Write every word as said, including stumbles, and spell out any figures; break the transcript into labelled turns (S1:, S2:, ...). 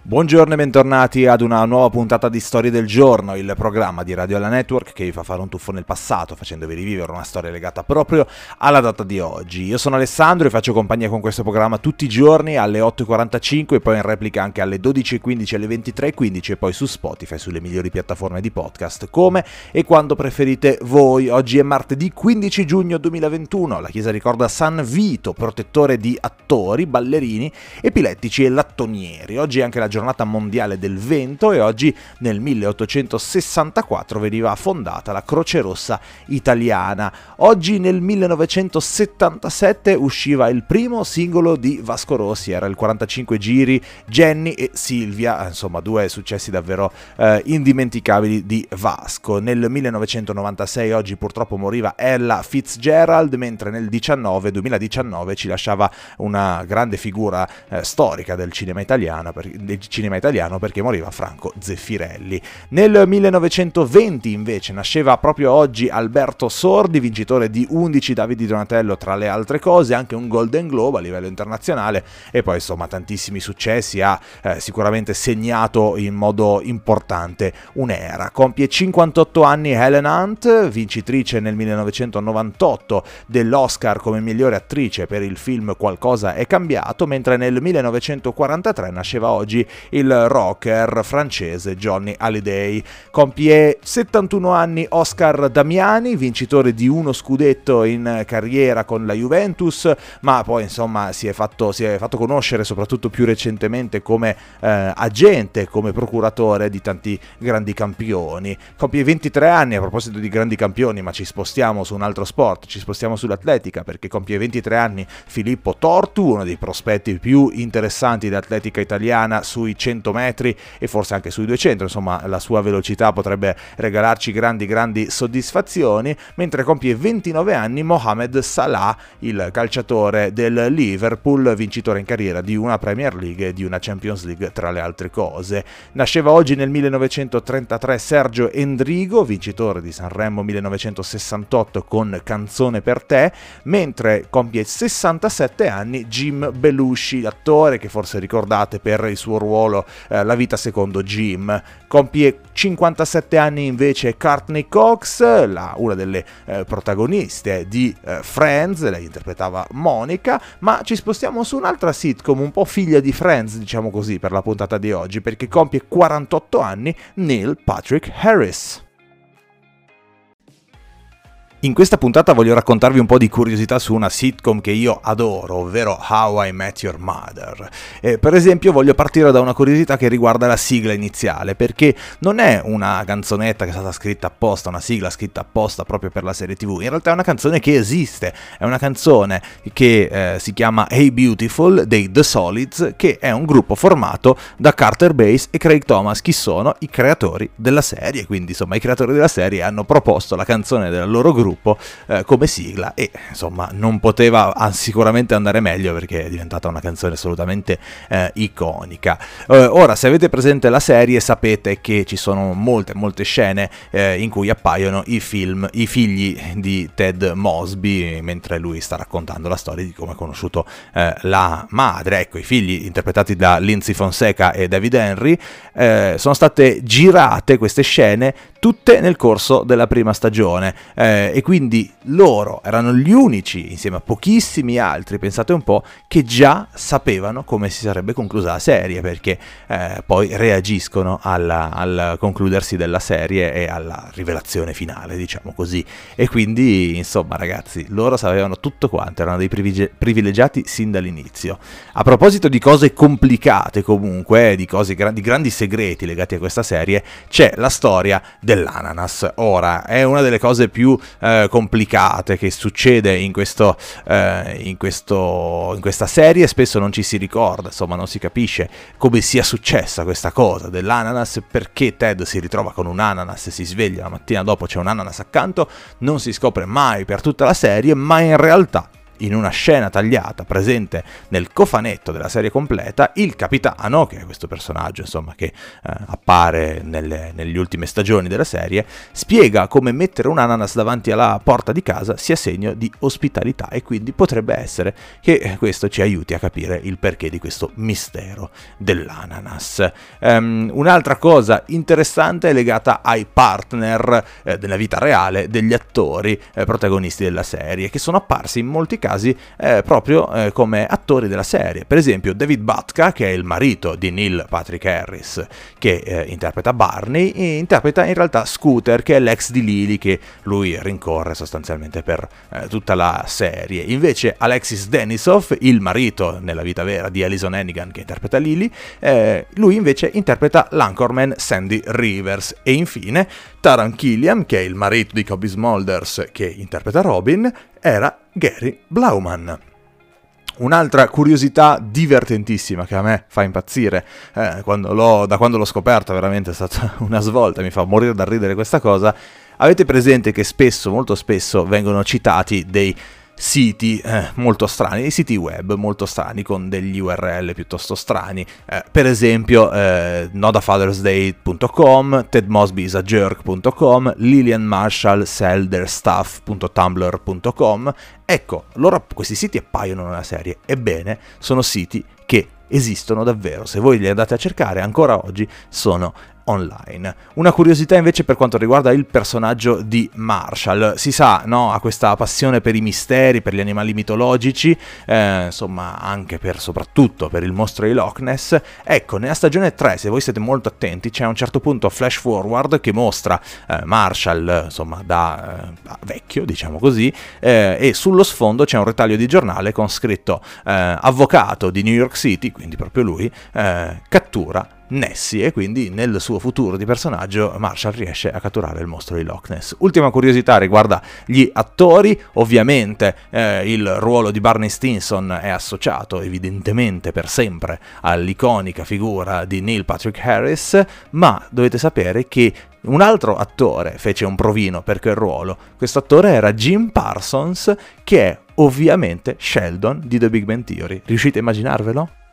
S1: Buongiorno e bentornati ad una nuova puntata di Storie del Giorno, il programma di Radio Alla Network che vi fa fare un tuffo nel passato facendovi rivivere una storia legata proprio alla data di oggi. Io sono Alessandro e faccio compagnia con questo programma tutti i giorni alle otto e quarantacinque e poi in replica anche alle dodici e quindici, alle ventitré e quindici e poi su Spotify, sulle migliori piattaforme di podcast, come e quando preferite voi. Oggi è martedì quindici giugno duemilaventuno, la chiesa ricorda San Vito, protettore di attori, ballerini, epilettici e lattonieri. Oggi è anche la giornata giornata mondiale del vento e oggi nel milleottocentosessantaquattro veniva fondata la Croce Rossa italiana. Oggi nel millenovecentosettantasette usciva il primo singolo di Vasco Rossi, era il quarantacinque giri, Jenny e Silvia, insomma due successi davvero eh, indimenticabili di Vasco. Nel millenovecentonovantasei oggi purtroppo moriva Ella Fitzgerald, mentre nel diciannove, duemiladiciannove ci lasciava una grande figura eh, storica del cinema italiano, per, del cinema italiano perché moriva Franco Zeffirelli. Nel millenovecentoventi invece nasceva proprio oggi Alberto Sordi, vincitore di undici David di Donatello tra le altre cose, anche un Golden Globe a livello internazionale e poi insomma tantissimi successi, ha eh, sicuramente segnato in modo importante un'era. Compie cinquantotto anni Helen Hunt, vincitrice nel millenovecentonovantotto dell'Oscar come migliore attrice per il film Qualcosa è cambiato, mentre nel millenovecentoquarantatré nasceva oggi il rocker francese Johnny Hallyday. Compie settantuno anni Oscar Damiani, vincitore di uno scudetto in carriera con la Juventus, ma poi insomma si è fatto, si è fatto conoscere soprattutto più recentemente come eh, agente, come procuratore di tanti grandi campioni. Compie ventitré anni, a proposito di grandi campioni, ma ci spostiamo su un altro sport, ci spostiamo sull'atletica, perché compie ventitré anni Filippo Tortu, uno dei prospetti più interessanti dell'atletica italiana sui cento metri e forse anche sui duecento, insomma la sua velocità potrebbe regalarci grandi grandi soddisfazioni, mentre compie ventinove anni Mohamed Salah, il calciatore del Liverpool, vincitore in carriera di una Premier League e di una Champions League tra le altre cose. Nasceva oggi nel millenovecentotrentatré Sergio Endrigo, vincitore di Sanremo millenovecentosessantotto con Canzone per te, mentre compie sessantasette anni Jim Belushi, attore che forse ricordate per il suo ruolo eh, La vita secondo Jim. Compie cinquantasette anni invece Courtney Cox, la, una delle eh, protagoniste di eh, Friends, lei interpretava Monica, ma ci spostiamo su un'altra sitcom un po' figlia di Friends, diciamo così, per la puntata di oggi, perché compie quarantotto anni Neil Patrick Harris. In questa puntata voglio raccontarvi un po' di curiosità su una sitcom che io adoro, ovvero How I Met Your Mother. Eh, per esempio voglio partire da una curiosità che riguarda la sigla iniziale, perché non è una canzonetta che è stata scritta apposta, una sigla scritta apposta proprio per la serie tivù, in realtà è una canzone che esiste, è una canzone che eh, si chiama Hey Beautiful dei The Solids, che è un gruppo formato da Carter Bass e Craig Thomas, che sono i creatori della serie, quindi insomma i creatori della serie hanno proposto la canzone del loro gruppo Eh, come sigla e insomma non poteva ah, sicuramente andare meglio, perché è diventata una canzone assolutamente eh, iconica. Eh, ora, se avete presente la serie, sapete che ci sono molte molte scene eh, in cui appaiono i film i figli di Ted Mosby mentre lui sta raccontando la storia di come ha conosciuto eh, la madre. Ecco, i figli interpretati da Lindsay Fonseca e David Henry. Eh, sono state girate queste scene tutte nel corso della prima stagione eh, e quindi loro erano gli unici, insieme a pochissimi altri, pensate un po', che già sapevano come si sarebbe conclusa la serie, perché eh, poi reagiscono alla, al concludersi della serie e alla rivelazione finale, diciamo così. E quindi, insomma, ragazzi, loro sapevano tutto quanto, erano dei privilegiati sin dall'inizio. A proposito di cose complicate, comunque, di cose di grandi segreti legati a questa serie, c'è la storia dell'ananas. Ora, è una delle cose più eh, complicate che succede in questo, eh, in questo in questa serie, spesso non ci si ricorda, insomma non si capisce come sia successa questa cosa dell'ananas, perché Ted si ritrova con un ananas e si sveglia la mattina dopo c'è un ananas accanto, non si scopre mai per tutta la serie, ma in realtà in una scena tagliata presente nel cofanetto della serie completa, il capitano, che è questo personaggio insomma che eh, appare nelle, nelle ultime stagioni della serie, spiega come mettere un ananas davanti alla porta di casa sia segno di ospitalità, e quindi potrebbe essere che questo ci aiuti a capire il perché di questo mistero dell'ananas. Um, un'altra cosa interessante è legata ai partner eh, della vita reale degli attori eh, protagonisti della serie, che sono apparsi in molti casi eh, proprio eh, come attori della serie. Per esempio David Butka, che è il marito di Neil Patrick Harris, che eh, interpreta Barney, e interpreta in realtà Scooter, che è l'ex di Lily, che lui rincorre sostanzialmente per eh, tutta la serie. Invece Alexis Denisov, il marito nella vita vera di Alison Hannigan, che interpreta Lily, eh, lui invece interpreta l'anchorman Sandy Rivers. E infine Taran Killam, che è il marito di Cobie Smulders, che interpreta Robin, era Gary Blauman. Un'altra curiosità divertentissima che a me fa impazzire, eh, quando l'ho, da quando l'ho scoperta veramente è stata una svolta, mi fa morire da ridere questa cosa. Avete presente che spesso, molto spesso, vengono citati dei siti eh, molto strani, dei siti web molto strani con degli U R L piuttosto strani, eh, per esempio eh, nodafathersday punto com, ted mosby is a jerk punto com, Lillian Marshall sell their stuff punto tumblr punto com. Ecco, loro questi siti appaiono nella serie, ebbene sono siti che esistono davvero, se voi li andate a cercare ancora oggi sono online. Una curiosità invece per quanto riguarda il personaggio di Marshall: si sa, no, ha questa passione per i misteri, per gli animali mitologici, eh, insomma anche per, soprattutto per il mostro di Loch Ness. Ecco, nella stagione tre, se voi siete molto attenti, c'è a un certo punto flash forward che mostra eh, Marshall insomma da eh, vecchio, diciamo così, eh, e sullo sfondo c'è un ritaglio di giornale con scritto eh, avvocato di New York City, quindi proprio lui, eh, cattura Nessie, e quindi nel suo futuro di personaggio Marshall riesce a catturare il mostro di Loch Ness. Ultima curiosità riguarda gli attori: ovviamente eh, il ruolo di Barney Stinson è associato evidentemente per sempre all'iconica figura di Neil Patrick Harris, ma dovete sapere che un altro attore fece un provino per quel ruolo. Questo attore era Jim Parsons, che è ovviamente Sheldon di The Big Bang Theory. Riuscite a immaginarvelo?